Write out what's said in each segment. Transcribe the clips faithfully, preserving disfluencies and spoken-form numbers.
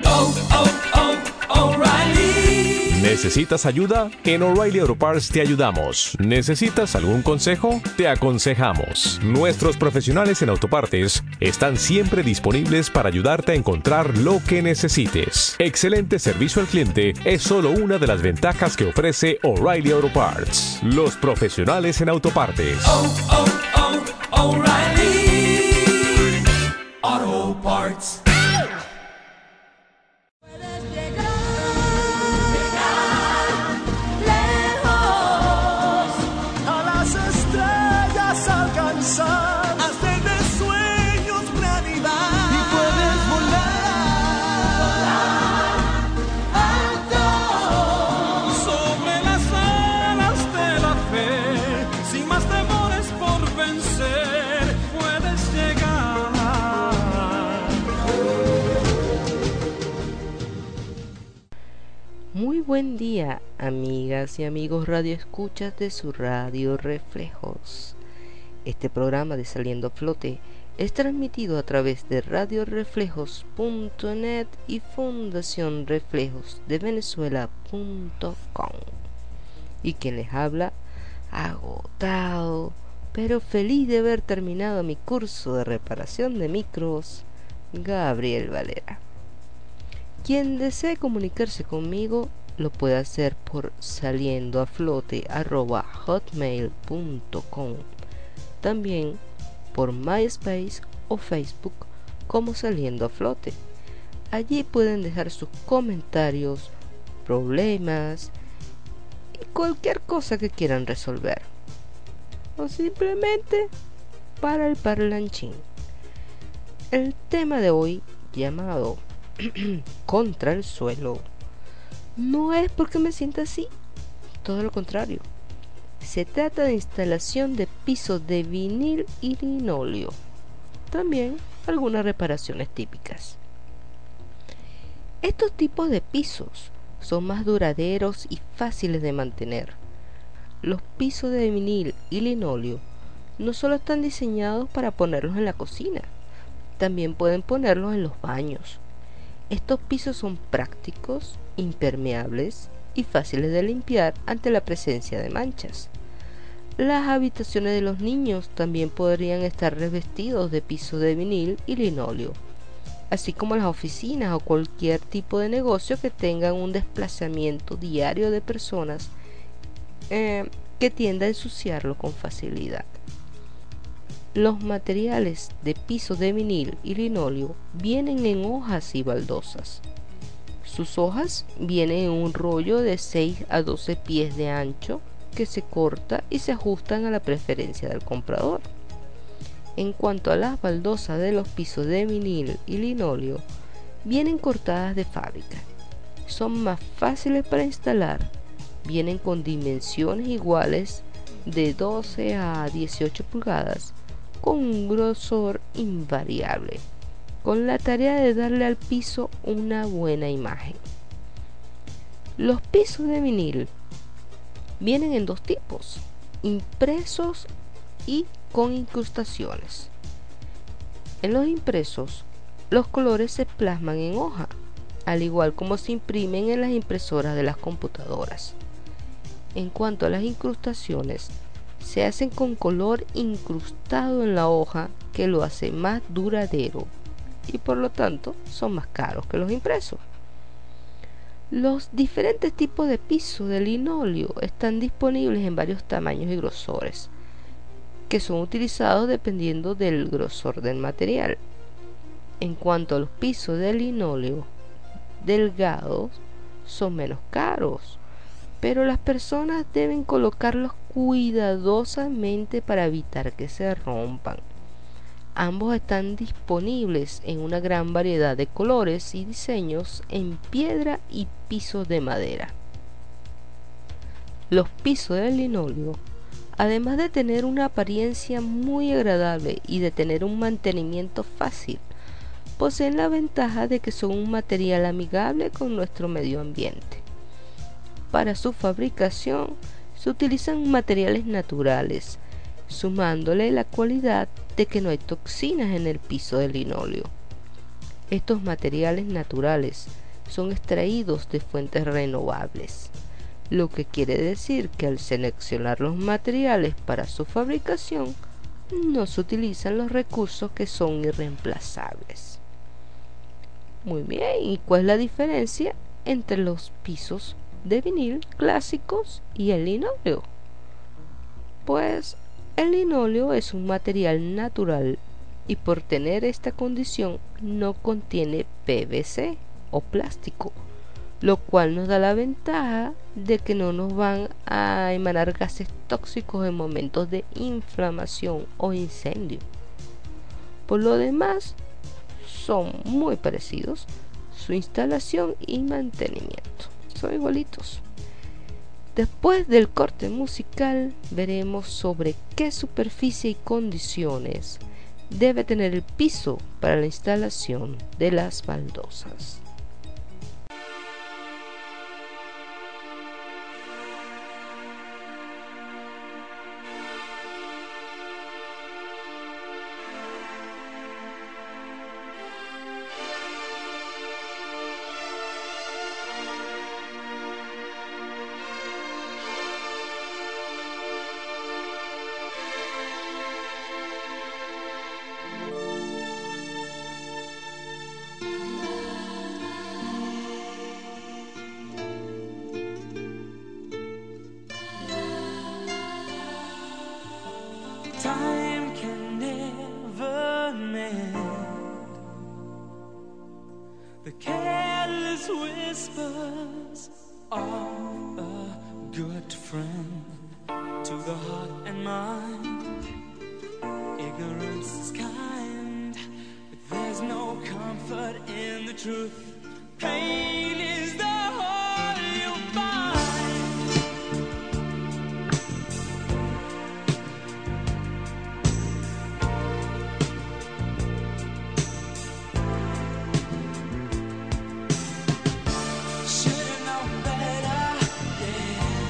oh, oh, O'Reilly. ¿Necesitas ayuda? En O'Reilly Auto Parts te ayudamos. ¿Necesitas algún consejo? Te aconsejamos. Nuestros profesionales en autopartes están siempre disponibles para ayudarte a encontrar lo que necesites. Excelente servicio al cliente es solo una de las ventajas que ofrece O'Reilly Auto Parts. Los profesionales en autopartes. Oh, oh, oh, O'Reilly Auto Parts. Muy buen día, amigas y amigos radioescuchas de su Radio Reflejos. Este programa de Saliendo a Flote es transmitido a través de radio reflejos punto net y fundación reflejos de venezuela punto com. Y quien les habla, agotado, pero feliz de haber terminado mi curso de reparación de micros, Gabriel Valera. Quien desee comunicarse conmigo lo puede hacer por saliendoaflote arroba hotmail punto com, también por MySpace o Facebook como Saliendo a Flote. Allí pueden dejar sus comentarios, problemas y cualquier cosa que quieran resolver, o simplemente para el parlanchín. El tema de hoy, llamado Contra el suelo, no es porque me sienta así, todo lo contrario. Se trata de instalación de pisos de vinil y linóleo, también algunas reparaciones típicas. Estos tipos de pisos son más duraderos y fáciles de mantener. Los pisos de vinil y linóleo no solo están diseñados para ponerlos en la cocina, también pueden ponerlos en los baños. Estos pisos son prácticos, impermeables y fáciles de limpiar ante la presencia de manchas. Las habitaciones de los niños también podrían estar revestidos de pisos de vinil y linóleo, así como las oficinas o cualquier tipo de negocio que tengan un desplazamiento diario de personas eh, que tienda a ensuciarlo con facilidad. Los materiales de pisos de vinil y linóleo vienen en hojas y baldosas. Sus hojas vienen en un rollo de seis a doce pies de ancho que se corta y se ajustan a la preferencia del comprador. En cuanto a las baldosas de los pisos de vinil y linóleo, vienen cortadas de fábrica. Son más fáciles para instalar, vienen con dimensiones iguales de doce a dieciocho pulgadas, con un grosor invariable, con la tarea de darle al piso una buena imagen. Los pisos de vinil vienen en dos tipos, impresos y con incrustaciones. En los impresos, los colores se plasman en hoja, al igual como se imprimen en las impresoras de las computadoras. En cuanto a las incrustaciones, se hacen con color incrustado en la hoja, que lo hace más duradero y por lo tanto son más caros que los impresos. Los diferentes tipos de piso de linóleo están disponibles en varios tamaños y grosores, que son utilizados dependiendo del grosor del material. En cuanto a los pisos de linóleo delgados, son menos caros, pero las personas deben colocarlos cuidadosamente para evitar que se rompan. Ambos están disponibles en una gran variedad de colores y diseños en piedra y pisos de madera. Los pisos de linóleo, además de tener una apariencia muy agradable y de tener un mantenimiento fácil, poseen la ventaja de que son un material amigable con nuestro medio ambiente. Para su fabricación se utilizan materiales naturales, sumándole la cualidad de que no hay toxinas en el piso de linóleo. Estos materiales naturales son extraídos de fuentes renovables, lo que quiere decir que al seleccionar los materiales para su fabricación no se utilizan los recursos que son irreemplazables. Muy bien, ¿y cuál es la diferencia entre los pisos de vinil clásicos y el linóleo? Pues el linóleo es un material natural y por tener esta condición no contiene P V C o plástico, lo cual nos da la ventaja de que no nos van a emanar gases tóxicos en momentos de inflamación o incendio. Por lo demás, son muy parecidos, su instalación y mantenimiento son igualitos. Después del corte musical veremos sobre qué superficie y condiciones debe tener el piso para la instalación de las baldosas. Time can never mend the careless whispers of a good friend to the heart and mind. Ignorance is kind, but there's no comfort in the truth. Pain is the whole you find. Should've known better, yeah.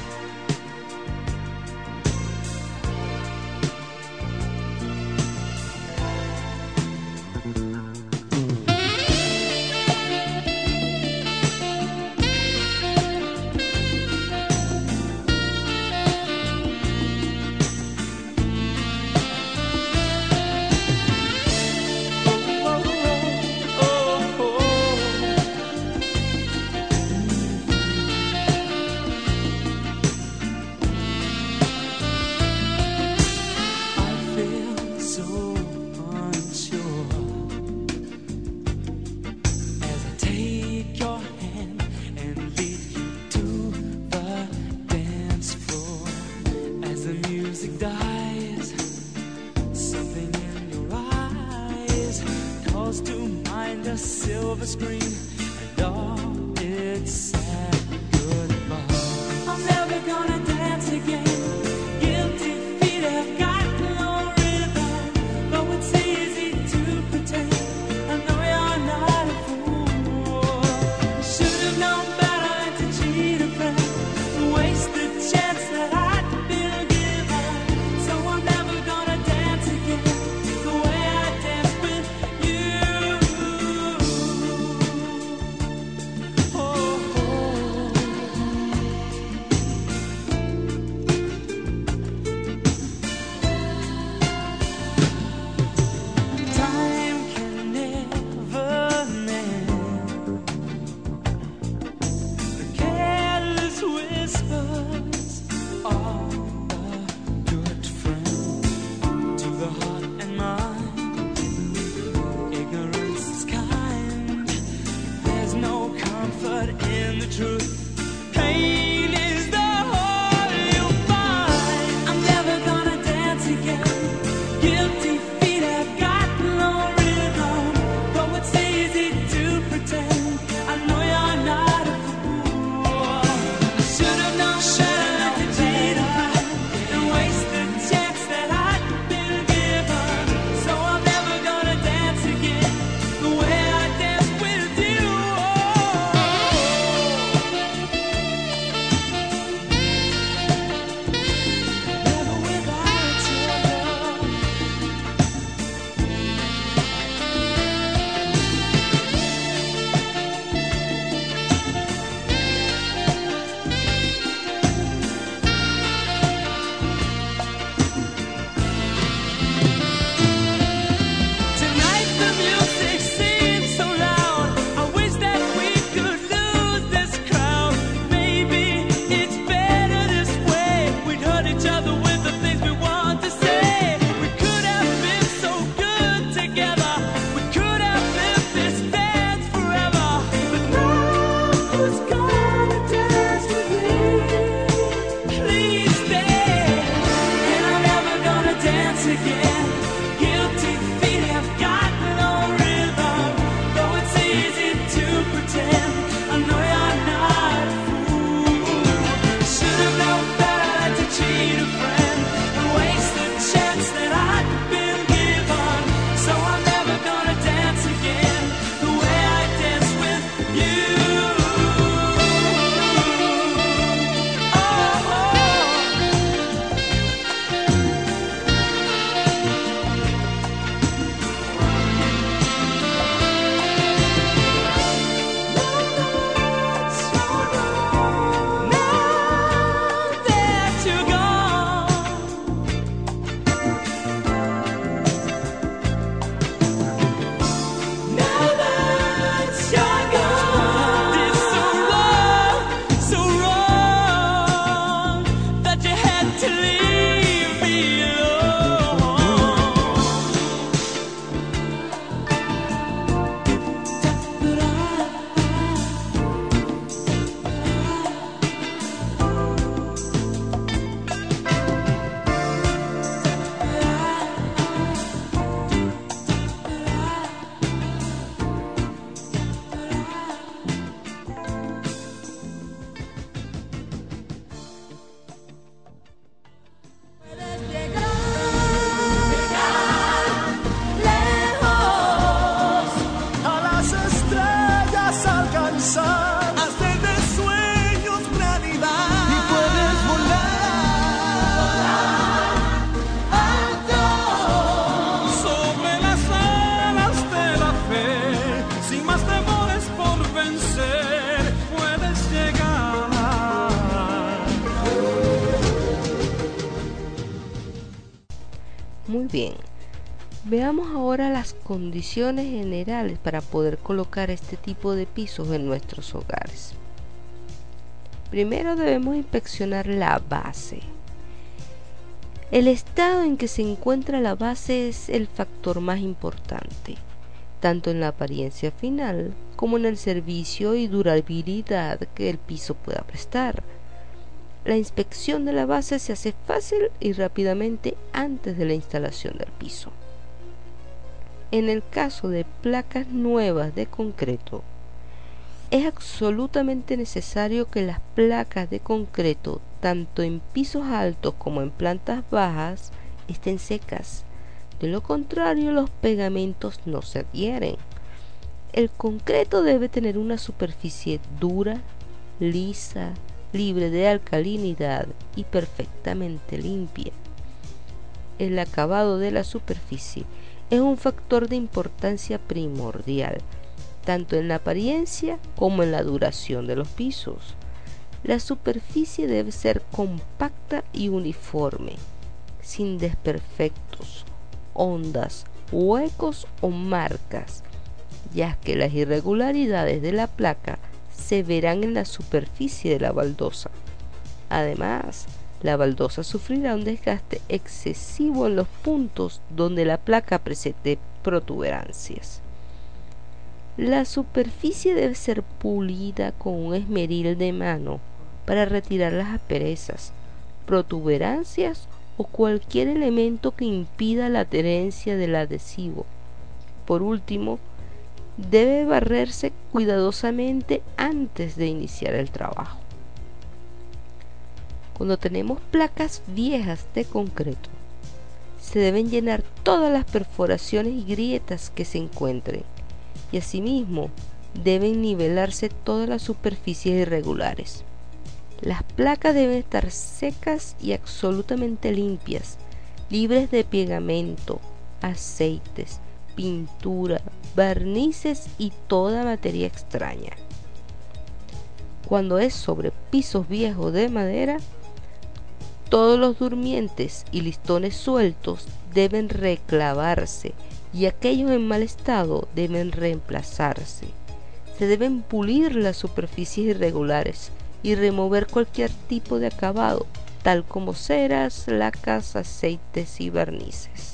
I feel so unsure as I take your hand and lead you to the dance floor. As the music dies, something in your eyes calls to mind a silver screen and all its sad goodbye. I'm never gonna dance again. Guilty feet have got no rhythm, though it's easy to pretend. I know you're not a fool. Should've known better to cheat a friend, waste the chance that I'd been given. So I'm never gonna dance again the way I danced with you. Oh, oh. Time can never mend the careless whispers of a good friend to the heart and mind. Ignorance is kind, there's no comfort in the truth. Pain is the whole you find. I'm never gonna dance again. Guilty feet have got no rhythm, though it's easy to pretend. I know you're not a fool. I should've known better to cheat a friend and waste the chance that I'd been given. So I'm never gonna dance again the way I danced with you. bien, veamos ahora las condiciones generales para poder colocar este tipo de pisos en nuestros hogares. Primero debemos inspeccionar la base. El estado en que se encuentra la base es el factor más importante, tanto en la apariencia final como en el servicio y durabilidad que el piso pueda prestar. La inspección de la base se hace fácil y rápidamente antes de la instalación del piso. En el caso de placas nuevas de concreto, es absolutamente necesario que las placas de concreto, tanto en pisos altos como en plantas bajas, estén secas. De lo contrario, los pegamentos no se adhieren. El concreto debe tener una superficie dura, lisa, libre de alcalinidad y perfectamente limpia. El acabado de la superficie es un factor de importancia primordial, tanto en la apariencia como en la duración de los pisos. La superficie debe ser compacta y uniforme, sin desperfectos, ondas, huecos o marcas, ya que las irregularidades de la placa se verán en la superficie de la baldosa. Además, la baldosa sufrirá un desgaste excesivo en los puntos donde la placa presente protuberancias. La superficie debe ser pulida con un esmeril de mano para retirar las asperezas, protuberancias o cualquier elemento que impida la adherencia del adhesivo. Por último, debe barrerse cuidadosamente antes de iniciar el trabajo. Cuando tenemos placas viejas de concreto, se deben llenar todas las perforaciones y grietas que se encuentren, y asimismo deben nivelarse todas las superficies irregulares. Las placas deben estar secas y absolutamente limpias, libres de pegamento, aceites, pintura, barnices y toda materia extraña. Cuando es sobre pisos viejos de madera, todos los durmientes y listones sueltos deben reclavarse y aquellos en mal estado deben reemplazarse. Se deben pulir las superficies irregulares y remover cualquier tipo de acabado, tal como ceras, lacas, aceites y barnices.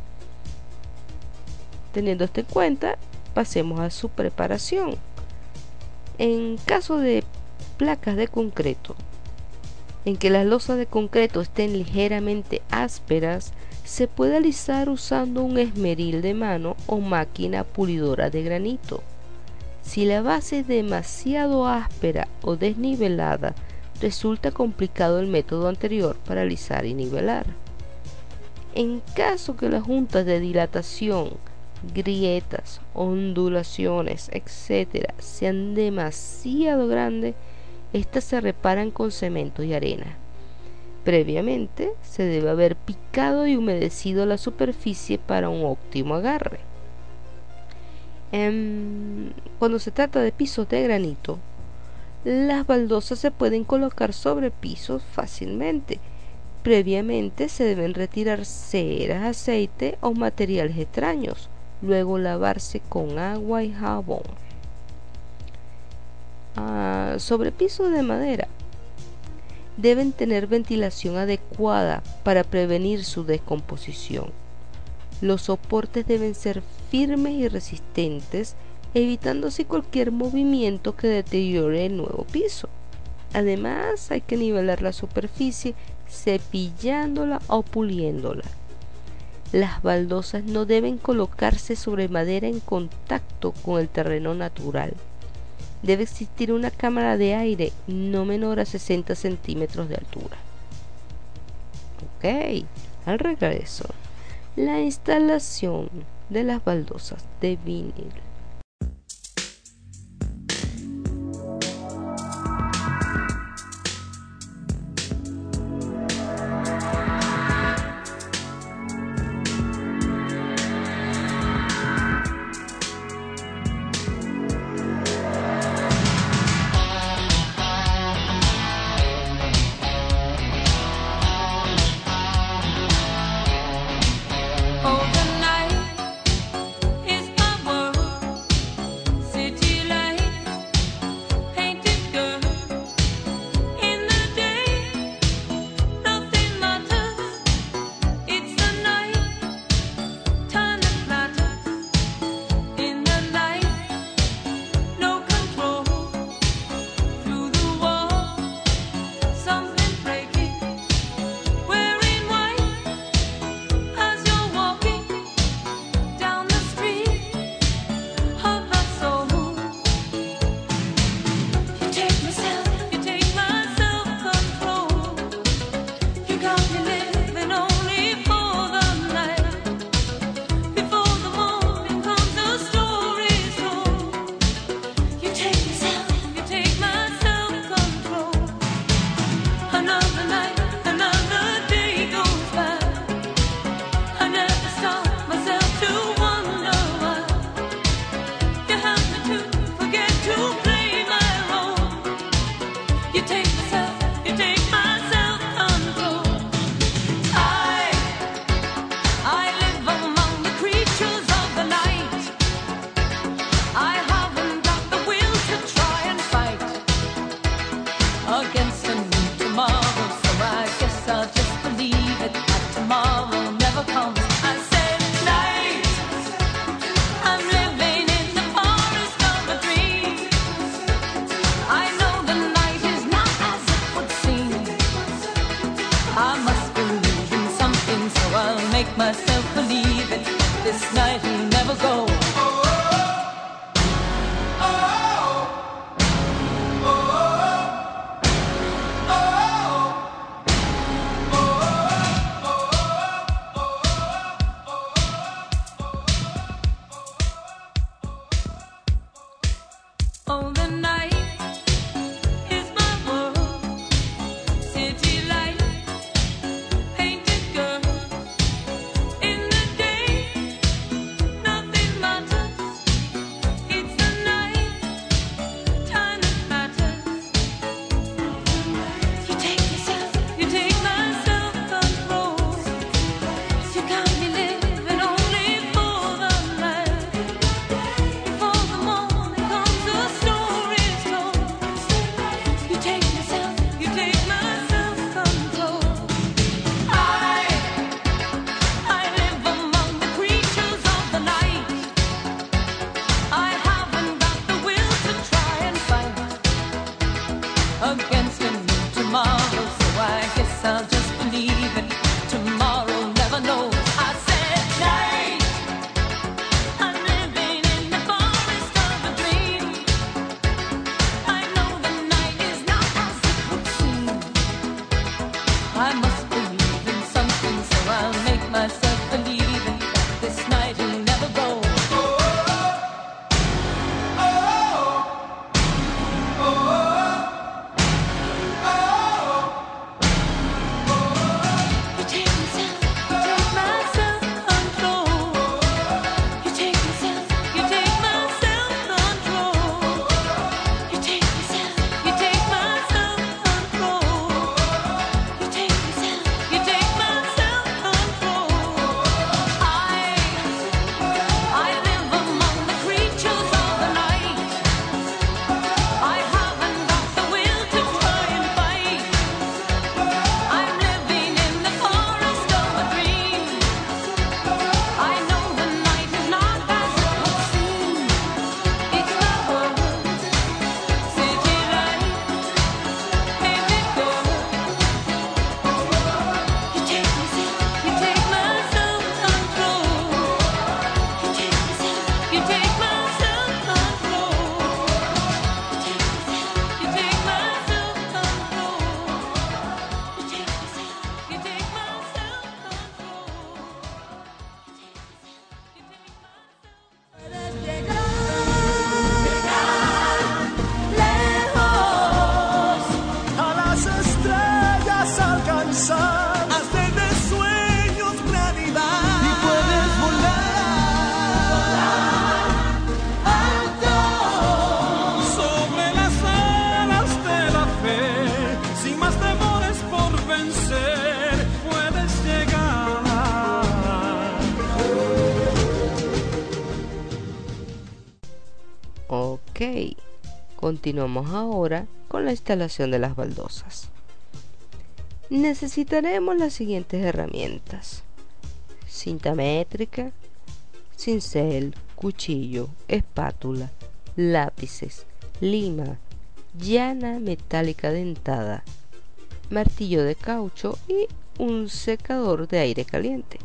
Teniendo esto en cuenta, pasemos a su preparación. En caso de placas de concreto, en que las losas de concreto estén ligeramente ásperas, se puede alisar usando un esmeril de mano o máquina pulidora de granito. Si la base es demasiado áspera o desnivelada, resulta complicado el método anterior para alisar y nivelar. En caso que las juntas de dilatación, grietas, ondulaciones, etcétera sean demasiado grandes, estas se reparan con cemento y arena. Previamente se debe haber picado y humedecido la superficie para un óptimo agarre. En, cuando se trata de pisos de granito, las baldosas se pueden colocar sobre pisos fácilmente. Previamente se deben retirar ceras, aceite o materiales extraños, luego lavarse con agua y jabón. Ah, sobre pisos de madera, deben tener ventilación adecuada para prevenir su descomposición. Los soportes deben ser firmes y resistentes, evitando así cualquier movimiento que deteriore el nuevo piso. Además, hay que nivelar la superficie cepillándola o puliéndola. Las baldosas no deben colocarse sobre madera en contacto con el terreno natural. Debe existir una cámara de aire no menor a sesenta centímetros de altura. Ok, al regreso, la instalación de las baldosas de vinil. myself believe it. This night will never go. Ok, continuamos ahora con la instalación de las baldosas. Necesitaremos las siguientes herramientas: cinta métrica, cincel, cuchillo, espátula, lápices, lima, llana metálica dentada, martillo de caucho y un secador de aire caliente.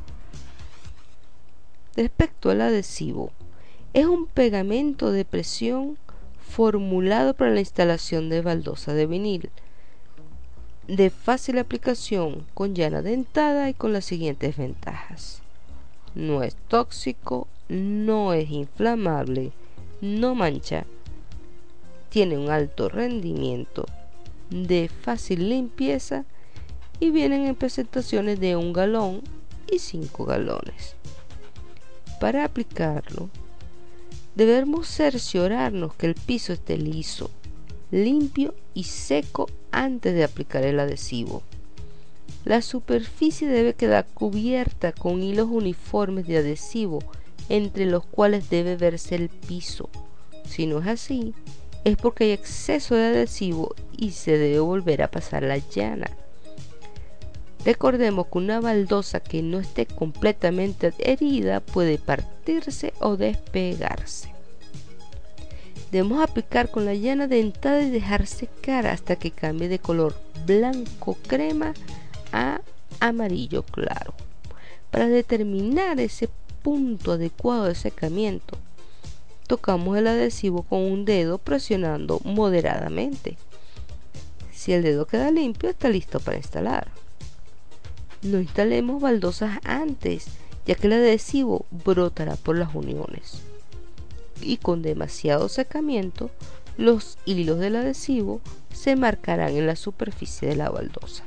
Respecto al adhesivo, es un pegamento de presión formulado para la instalación de baldosas de vinil, de fácil aplicación, con llana dentada y con las siguientes ventajas: no es tóxico, no es inflamable, no mancha, tiene un alto rendimiento, de fácil limpieza y vienen en presentaciones de un galón y cinco galones. Para aplicarlo, debemos cerciorarnos que el piso esté liso, limpio y seco antes de aplicar el adhesivo. La superficie debe quedar cubierta con hilos uniformes de adhesivo, entre los cuales debe verse el piso. Si no es así, es porque hay exceso de adhesivo y se debe volver a pasar la llana. Recordemos que una baldosa que no esté completamente adherida puede partirse o despegarse. Debemos aplicar con la llana dentada y dejar secar hasta que cambie de color blanco crema a amarillo claro. Para determinar ese punto adecuado de secamiento, tocamos el adhesivo con un dedo presionando moderadamente. Si el dedo queda limpio, está listo para instalar. No instalemos baldosas antes, ya que el adhesivo brotará por las uniones. Y con demasiado secamiento, los hilos del adhesivo se marcarán en la superficie de la baldosa.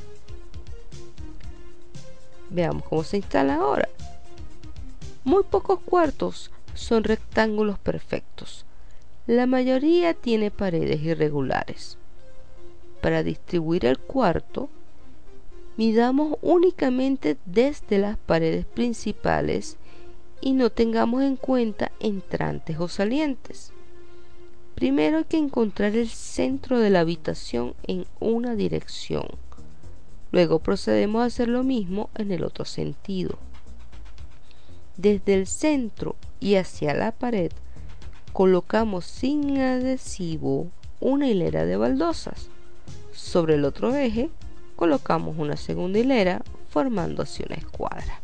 Veamos cómo se instala ahora. Muy pocos cuartos son rectángulos perfectos. La mayoría tiene paredes irregulares. Para distribuir el cuarto, midamos únicamente desde las paredes principales y no tengamos en cuenta entrantes o salientes. Primero hay que encontrar el centro de la habitación en una dirección. Luego procedemos a hacer lo mismo en el otro sentido. Desde el centro y hacia la pared colocamos sin adhesivo una hilera de baldosas. Sobre el otro eje colocamos una segunda hilera formando así una escuadra.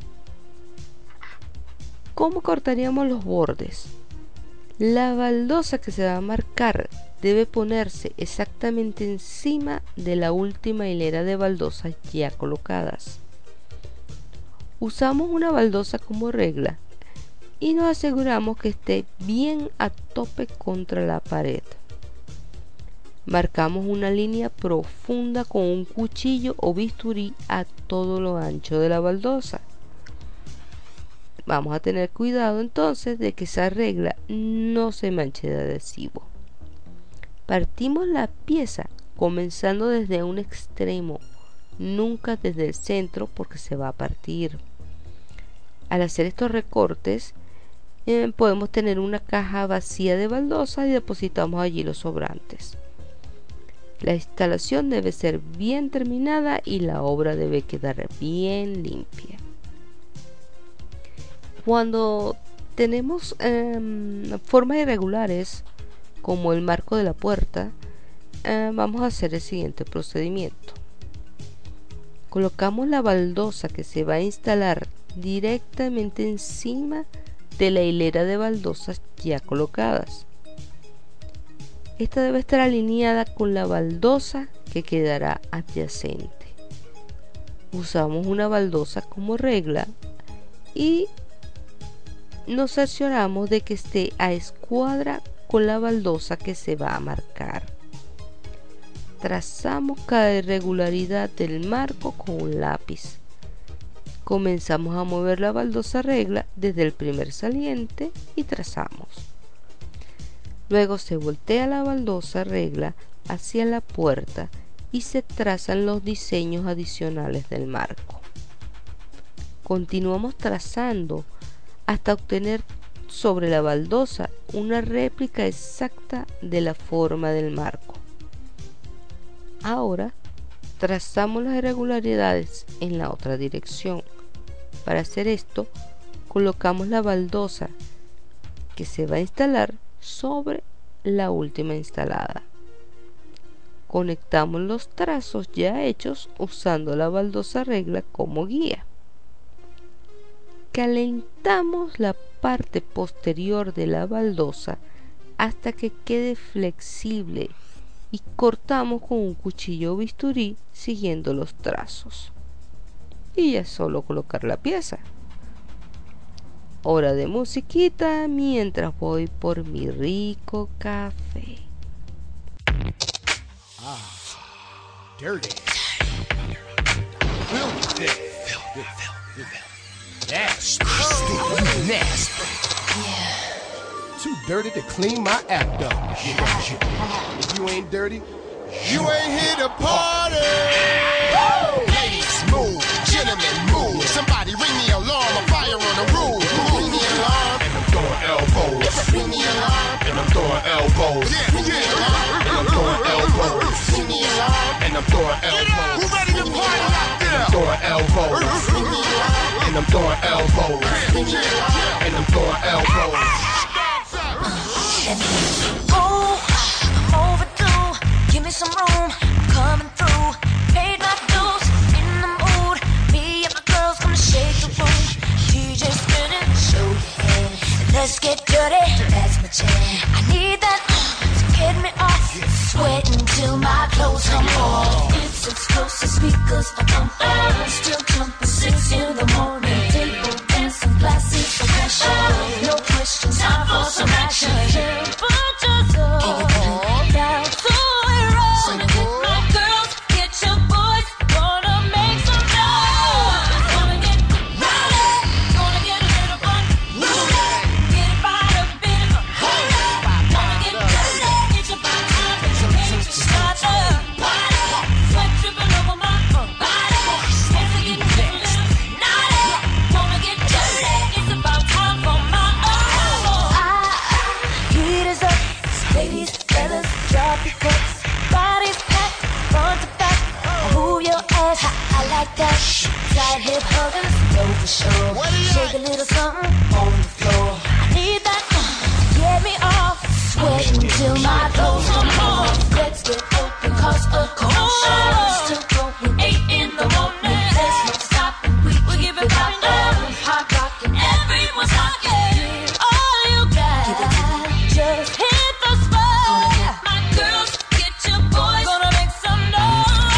¿Cómo cortaríamos los bordes? La baldosa que se va a marcar debe ponerse exactamente encima de la última hilera de baldosas ya colocadas. Usamos una baldosa como regla y nos aseguramos que esté bien a tope contra la pared. Marcamos una línea profunda con un cuchillo o bisturí a todo lo ancho de la baldosa. Vamos a tener cuidado entonces de que esa regla no se manche de adhesivo. Partimos la pieza comenzando desde un extremo, nunca desde el centro porque se va a partir. Al hacer estos recortes eh, podemos tener una caja vacía de baldosas y depositamos allí los sobrantes. La instalación debe ser bien terminada y la obra debe quedar bien limpia. Cuando tenemos eh, formas irregulares como el marco de la puerta, eh, vamos a hacer el siguiente procedimiento. Colocamos la baldosa que se va a instalar directamente encima de la hilera de baldosas ya colocadas. Esta debe estar alineada con la baldosa que quedará adyacente. Usamos una baldosa como regla y nos cercioramos de que esté a escuadra con la baldosa que se va a marcar. Trazamos cada irregularidad del marco con un lápiz. Comenzamos a mover la baldosa regla desde el primer saliente y trazamos. Luego se voltea la baldosa regla hacia la puerta y se trazan los diseños adicionales del marco. Continuamos trazando hasta obtener sobre la baldosa una réplica exacta de la forma del marco. Ahora trazamos las irregularidades en la otra dirección. Para hacer esto, colocamos la baldosa que se va a instalar sobre la última instalada. Conectamos los trazos ya hechos usando la baldosa regla como guía. Calentamos la parte posterior de la baldosa hasta que quede flexible y cortamos con un cuchillo o bisturí siguiendo los trazos. Y ya es solo colocar la pieza. Hora de musiquita mientras voy por mi rico café. Ah, dirty. Filthy. Filthy. Nasty. Nasty. Too dirty to clean my act up. If you ain't dirty, you ain't here to party. Ladies, move. Gentlemen, move. Somebody ring the alarm. A fire on the roof. Ring the alarm. And I'm throwing elbows. Ring the alarm. And I'm throwing elbows. Yeah, ring the alarm. And I'm throwing elbows. Ring the alarm. And I'm throwing elbows. Who ready to party out there? And I'm throwing elbows. Ring the alarm. And I'm throwing elbows. Ring the alarm. And I'm throwing elbows. Oh, overdue. Give me some room. I'm coming through. Paid my dues. In the mood. Me and my girls gonna shake the room. So speakers are on air, still jumping six in the morning. Table dancing, glasses of passion. No questions, time for some action. Put yourself down to it roll. My girls, get your boys, gonna make some noise. Gonna get rowdy, gonna get a little fun. Get it right up in it. Gonna get dirty, get your body on. Can't you start the party? Sweat dripping over my body. Hands are getting a little naughty. Gonna get dirty, it's about time for my own. Heat is up, ladies, fellas, drop your cups. Bodies packed, front to back. Move your ass, I like that. Side hip huggers, know for sure. Shake a little something on the floor. I need that uh, to get me off. Sweating till my clothes come off. Let's get open, cause a cold shower. Still going eight in the morning. There's no stopping, we, we give it poppin'. Hot rockin', everyone's rockin'. All you got, just hit the spot. My girls, get your boys, gonna make some noise.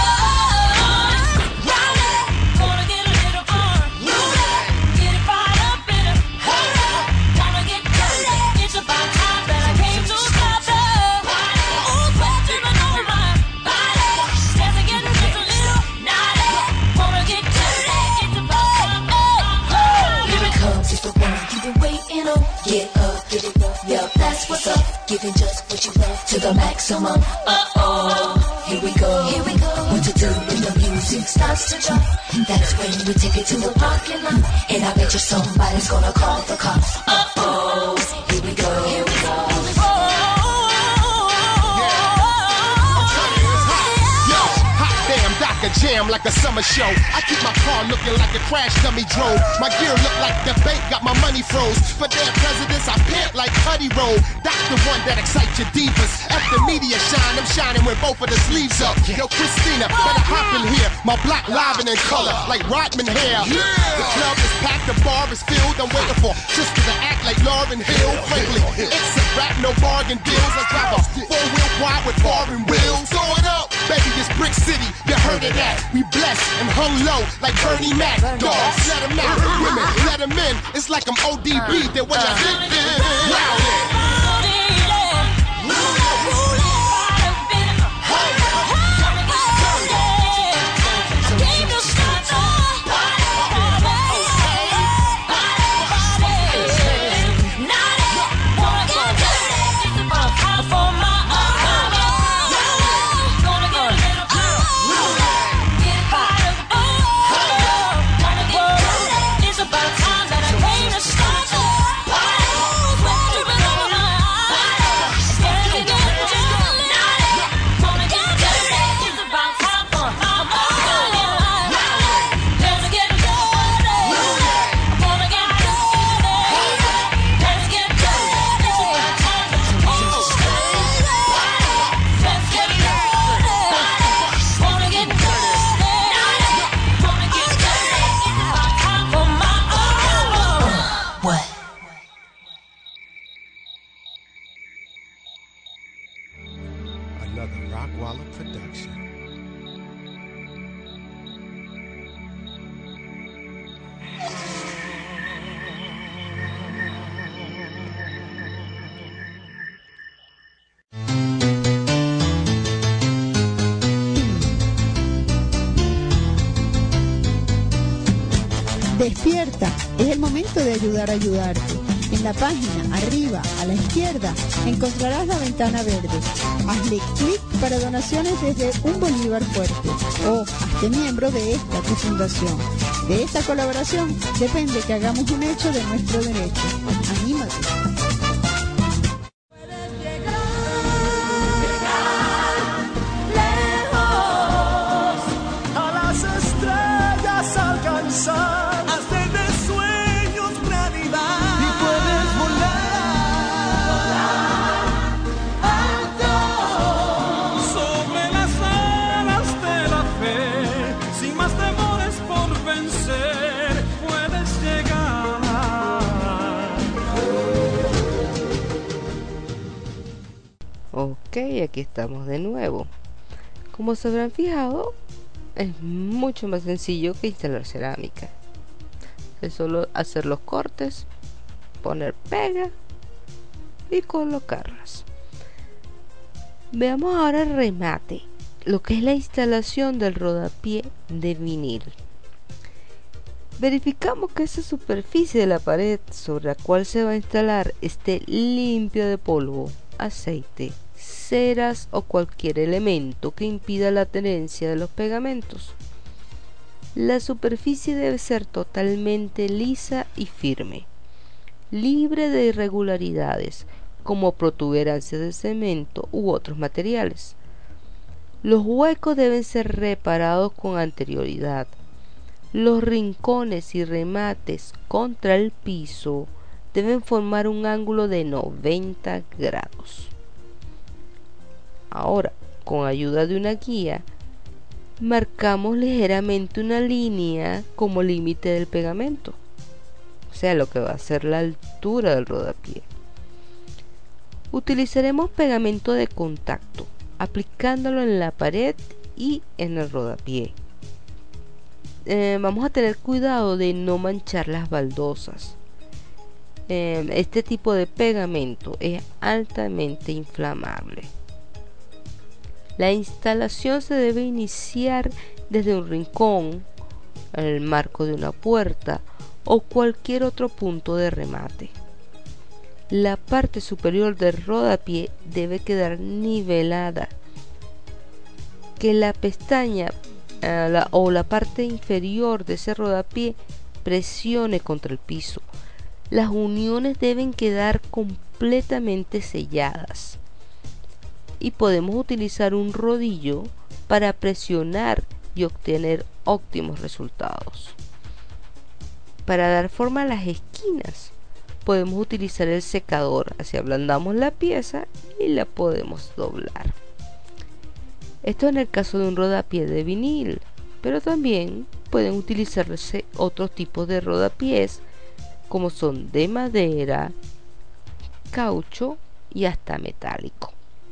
Rowdy, gonna get a little fun. Get it right up in it. Gonna get dirty, it's about time that I came to stop it. Ooh, sweat dripping over my body. Dance again, just a little naughty. Wanna get dirty, it's about time. Oh, here it comes, it's the one you've been waiting on. Get up, get it up, yep, that's what's up. Giving just what you love to the maximum. Uh-oh, here we go, here we go. What to do when the music starts to jump? That's when we take it to the parking lot. And I bet you somebody's gonna call the cops. Uh-oh, here we go, here we go. Yo, hot damn, Doc a jam like a summer show. I keep my car looking like a crash dummy drove. My gear look like the bank got my money froze. For their presidents, I pimp like Cuddy Roll. Doc the one that excites your divas. After media shine, I'm shining with both of the sleeves up. Yo, Christina, better hop in here. My block live and in color, like Rodman hair. The club is packed, the bar is filled. I'm waiting for sisters to act like Lauryn Hill. Frankly, it's a rap, no bargain deals. I drive a four-wheel quad with foreign wheels. Throw it up, baby, it's Brick City. You heard of that? We blessed and hung low like Bernie Mac. Dogs, let them out. Women, let them in. It's like I'm O D B. That when I hit them, wow. Despierta, es el momento de ayudar a ayudarte. En la página, arriba, a la izquierda, encontrarás la ventana verde. Hazle clic para donaciones desde un bolívar fuerte o hazte miembro de esta tu fundación. De esta colaboración depende que hagamos un hecho de nuestro derecho. ¡Anímate! Ok, aquí estamos de nuevo. Como se habrán fijado, es mucho más sencillo que instalar cerámica. Es solo hacer los cortes, poner pega y colocarlas. Veamos ahora el remate, lo que es la instalación del rodapié de vinil. Verificamos que esa superficie de la pared sobre la cual se va a instalar esté limpia de polvo, aceite, ceras o cualquier elemento que impida la adherencia de los pegamentos. La superficie debe ser totalmente lisa y firme, libre de irregularidades como protuberancias de cemento u otros materiales. Los huecos deben ser reparados con anterioridad. Los rincones y remates contra el piso deben formar un ángulo de noventa grados. Ahora, con ayuda de una guía, marcamos ligeramente una línea como límite del pegamento, o sea, lo que va a ser la altura del rodapié. Utilizaremos pegamento de contacto, aplicándolo en la pared y en el rodapié. Eh, vamos a tener cuidado de no manchar las baldosas. Eh, este tipo de pegamento es altamente inflamable. La instalación se debe iniciar desde un rincón, el marco de una puerta o cualquier otro punto de remate. La parte superior del rodapié debe quedar nivelada. Que la pestaña eh, la, o la parte inferior de ese rodapié presione contra el piso. Las uniones deben quedar completamente selladas. Y podemos utilizar un rodillo para presionar y obtener óptimos resultados. Para dar forma a las esquinas podemos utilizar el secador, así ablandamos la pieza y la podemos doblar. Esto en el caso de un rodapié de vinil, pero también pueden utilizarse otros tipos de rodapiés como son de madera, caucho y hasta metálico.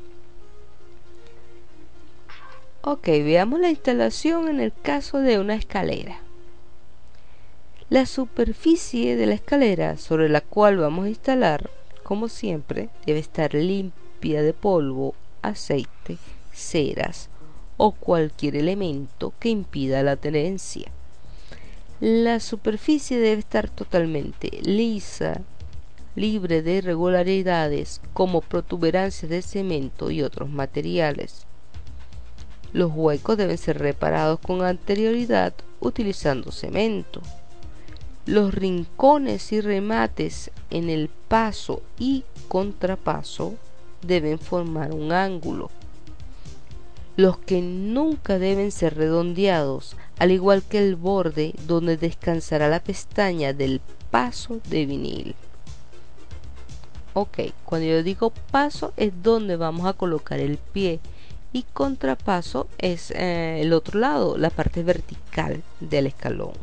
Ok, veamos la instalación en el caso de una escalera. La superficie de la escalera sobre la cual vamos a instalar, como siempre, debe estar limpia de polvo, aceite, ceras o cualquier elemento que impida la adherencia. La superficie debe estar totalmente lisa, libre de irregularidades como protuberancias de cemento y otros materiales. Los huecos deben ser reparados con anterioridad utilizando cemento. Los rincones y remates en el paso y contrapaso deben formar un ángulo. Los que nunca deben ser redondeados, al igual que el borde donde descansará la pestaña del paso de vinil. Ok, cuando yo digo paso es donde vamos a colocar el pie y contrapaso es eh, el otro lado, la parte vertical del escalón.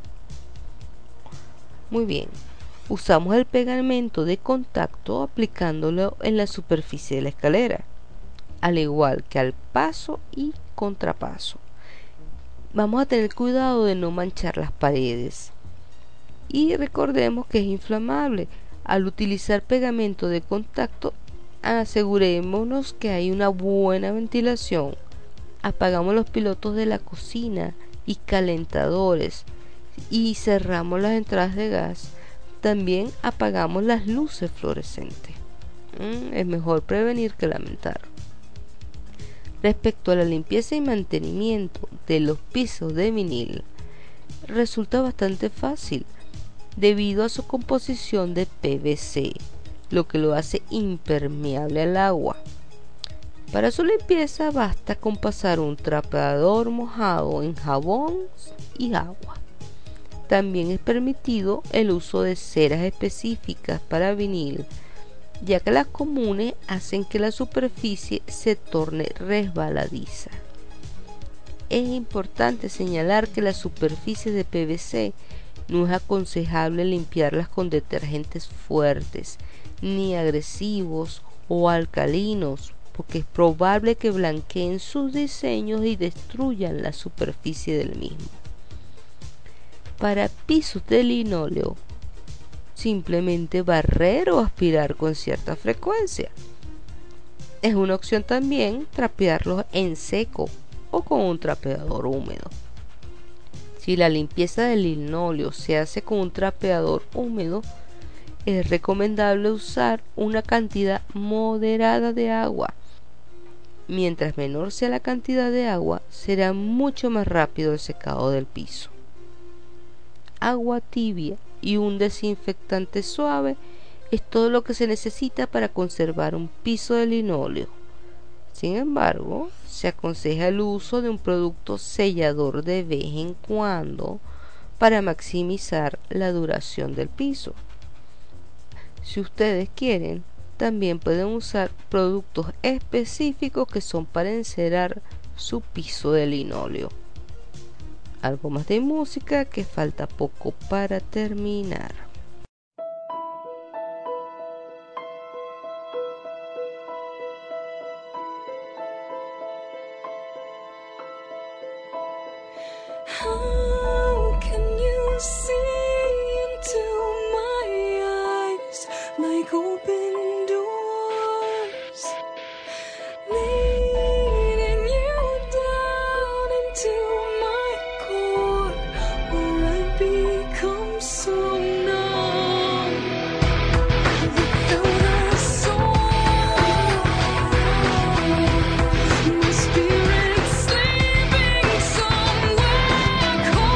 Muy bien, usamos el pegamento de contacto aplicándolo en la superficie de la escalera, al igual que al paso y contrapaso. Vamos a tener cuidado de no manchar las paredes y recordemos que es inflamable. Al utilizar pegamento de contacto, asegurémonos que hay una buena ventilación. Apagamos los pilotos de la cocina y calentadores y cerramos las entradas de gas. También apagamos las luces fluorescentes. Mm, es mejor prevenir que lamentar. Respecto a la limpieza y mantenimiento de los pisos de vinil, resulta bastante fácil debido a su composición de P V C, lo que lo hace impermeable al agua. Para su limpieza basta con pasar un trapeador mojado en jabón y agua. También es permitido el uso de ceras específicas para vinil, ya que las comunes hacen que la superficie se torne resbaladiza. Es importante señalar que las superficies de P V C no es aconsejable limpiarlas con detergentes fuertes, ni agresivos o alcalinos, porque es probable que blanqueen sus diseños y destruyan la superficie del mismo. Para pisos de linóleo, simplemente barrer o aspirar con cierta frecuencia. Es una opción también trapearlos en seco o con un trapeador húmedo. Si la limpieza del linóleo se hace con un trapeador húmedo, es recomendable usar una cantidad moderada de agua. Mientras menor sea la cantidad de agua, será mucho más rápido el secado del piso. Agua tibia y un desinfectante suave es todo lo que se necesita para conservar un piso de linóleo. Sin embargo, se aconseja el uso de un producto sellador de vez en cuando para maximizar la duración del piso. Si ustedes quieren, también pueden usar productos específicos que son para encerar su piso de linóleo. Algo más de música, que falta poco para terminar. How can you see into my eyes like open doors, leading you down into my core, where I become so numb without a soul? My spirit sleeping somewhere cold.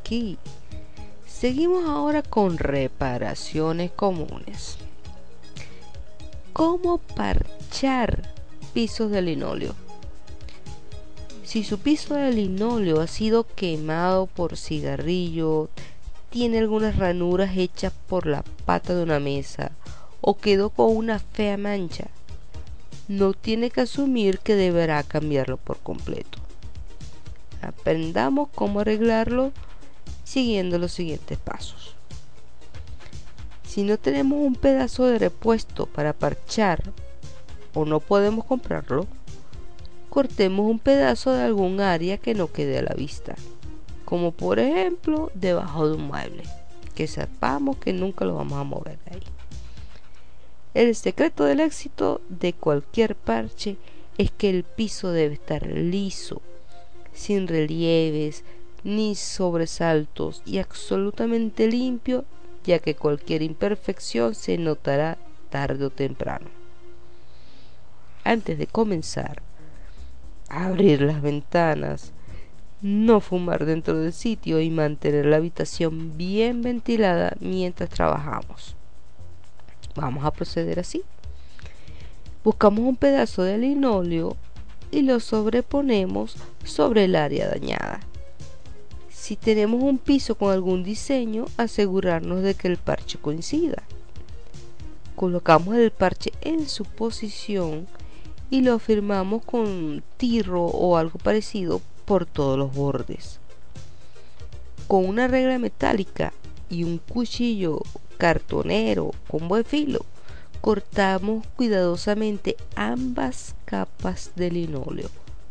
aquí. Seguimos ahora con reparaciones comunes. ¿Cómo parchar pisos de linóleo? Si su piso de linóleo ha sido quemado por cigarrillo, tiene algunas ranuras hechas por la pata de una mesa o quedó con una fea mancha, no tiene que asumir que deberá cambiarlo por completo. Aprendamos cómo arreglarlo siguiendo los siguientes pasos. Si no tenemos un pedazo de repuesto para parchar o no podemos comprarlo, cortemos un pedazo de algún área que no quede a la vista, como por ejemplo debajo de un mueble, que sepamos que nunca lo vamos a mover de ahí. El secreto del éxito de cualquier parche es que el piso debe estar liso, sin relieves ni sobresaltos y absolutamente limpio, ya que cualquier imperfección se notará tarde o temprano. Antes de comenzar, abrir las ventanas, no fumar dentro del sitio y mantener la habitación bien ventilada mientras trabajamos. Vamos a proceder así. Buscamos un pedazo de linóleo y lo sobreponemos sobre el área dañada. Si tenemos un piso con algún diseño, asegurarnos de que el parche coincida. Colocamos el parche en su posición y lo firmamos con tirro o algo parecido por todos los bordes. Con una regla metálica y un cuchillo cartonero con buen filo, cortamos cuidadosamente ambas capas de linóleo.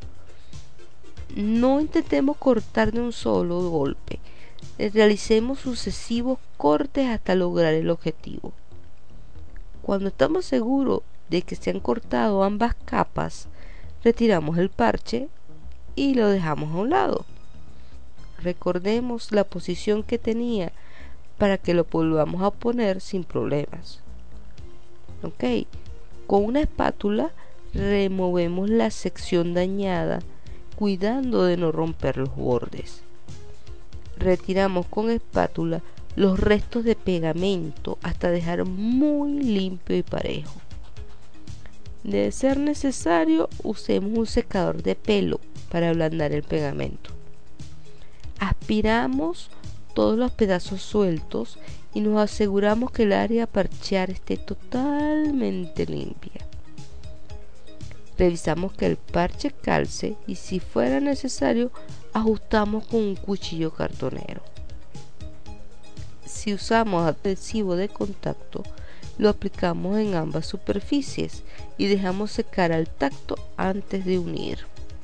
No intentemos cortar de un solo golpe, realicemos sucesivos cortes hasta lograr el objetivo. Cuando estamos seguros de que se han cortado ambas capas, retiramos el parche y lo dejamos a un lado. Recordemos la posición que tenía para que lo volvamos a poner sin problemas. Ok, con una espátula removemos la sección dañada, cuidando de no romper los bordes. Retiramos con espátula los restos de pegamento hasta dejar muy limpio y parejo. De ser necesario, usemos un secador de pelo para ablandar el pegamento. Aspiramos todos los pedazos sueltos y nos aseguramos que el área a parchear esté totalmente limpia. Revisamos que el parche calce y, si fuera necesario, ajustamos con un cuchillo cartonero. Si usamos adhesivo de contacto, lo aplicamos en ambas superficies y dejamos secar al tacto antes de unir.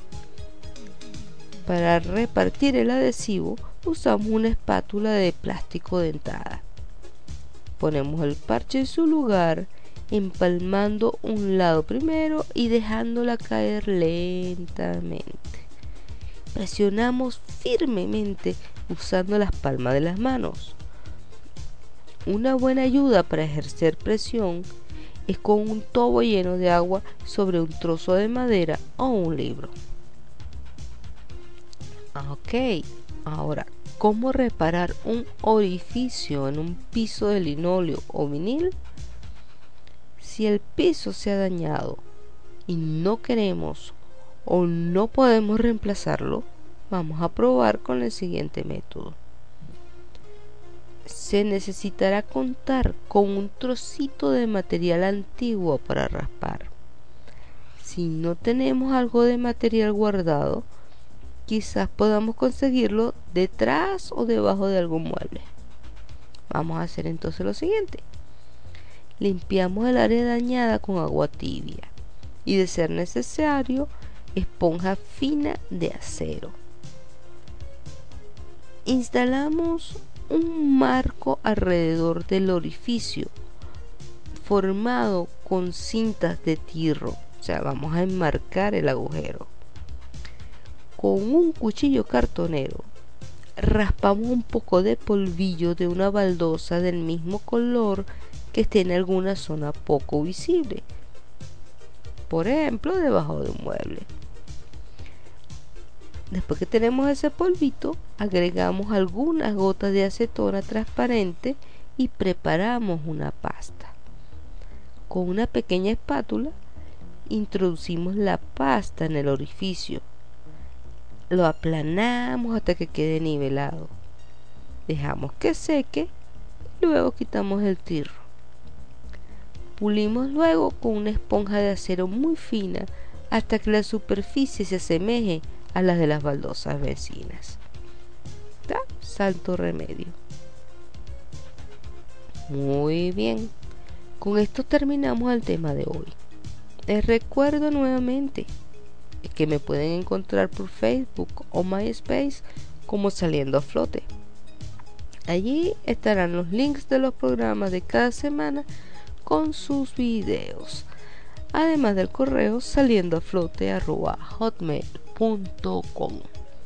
Para repartir el adhesivo, usamos una espátula de plástico dentada. Ponemos el parche en su lugar, empalmando un lado primero y dejándola caer lentamente. Presionamos firmemente usando las palmas de las manos. Una buena ayuda para ejercer presión es con un tobo lleno de agua sobre un trozo de madera o un libro. Ok, ahora, ¿cómo reparar un orificio en un piso de linóleo o vinil? Si el piso se ha dañado y no queremos o no podemos reemplazarlo, vamos a probar con el siguiente método. Se necesitará contar con un trocito de material antiguo para raspar. Si no tenemos algo de material guardado, quizás podamos conseguirlo detrás o debajo de algún mueble. Vamos a hacer entonces lo siguiente. Limpiamos el área dañada con agua tibia y, de ser necesario, esponja fina de acero. Instalamos un marco alrededor del orificio formado con cintas de tirro, o sea, vamos a enmarcar el agujero. Con un cuchillo cartonero raspamos un poco de polvillo de una baldosa del mismo color que esté en alguna zona poco visible, por ejemplo debajo de un mueble. Después que tenemos ese polvito, agregamos algunas gotas de acetona transparente y preparamos una pasta. Con una pequeña espátula introducimos la pasta en el orificio. Lo aplanamos hasta que quede nivelado. Dejamos que seque y luego quitamos el tirro. Pulimos luego con una esponja de acero muy fina hasta que la superficie se asemeje a las de las baldosas vecinas. ¿Da? Santo remedio. Muy bien. Con esto terminamos el tema de hoy. Les recuerdo nuevamente que me pueden encontrar por Facebook o MySpace como Saliendo a Flote. Allí estarán los links de los programas de cada semana con sus videos, además del correo saliendo a flote arroba hotmail punto com.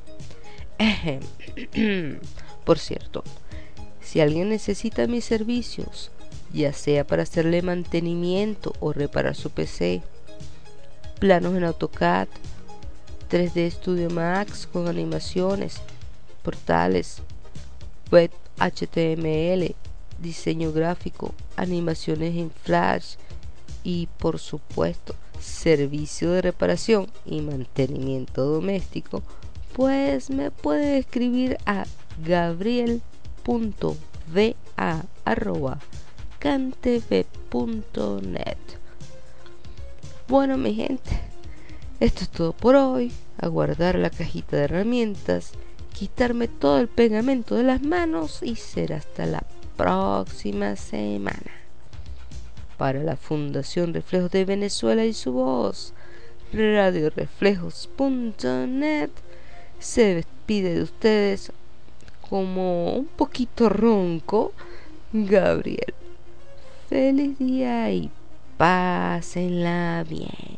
Por cierto, si alguien necesita mis servicios, ya sea para hacerle mantenimiento o reparar su P C, planos en AutoCAD, tres D Studio Max con animaciones, portales, web H T M L, diseño gráfico, animaciones en Flash y por supuesto servicio de reparación y mantenimiento doméstico, pues me pueden escribir a gabriel punto v a arroba cantv punto net. Bueno, mi gente, esto es todo por hoy. A guardar la cajita de herramientas, quitarme todo el pegamento de las manos y será hasta la próxima semana. Para la Fundación Reflejos de Venezuela y su voz, radio reflejos punto net, se despide de ustedes como un poquito ronco, Gabriel. Feliz día y pásenla bien.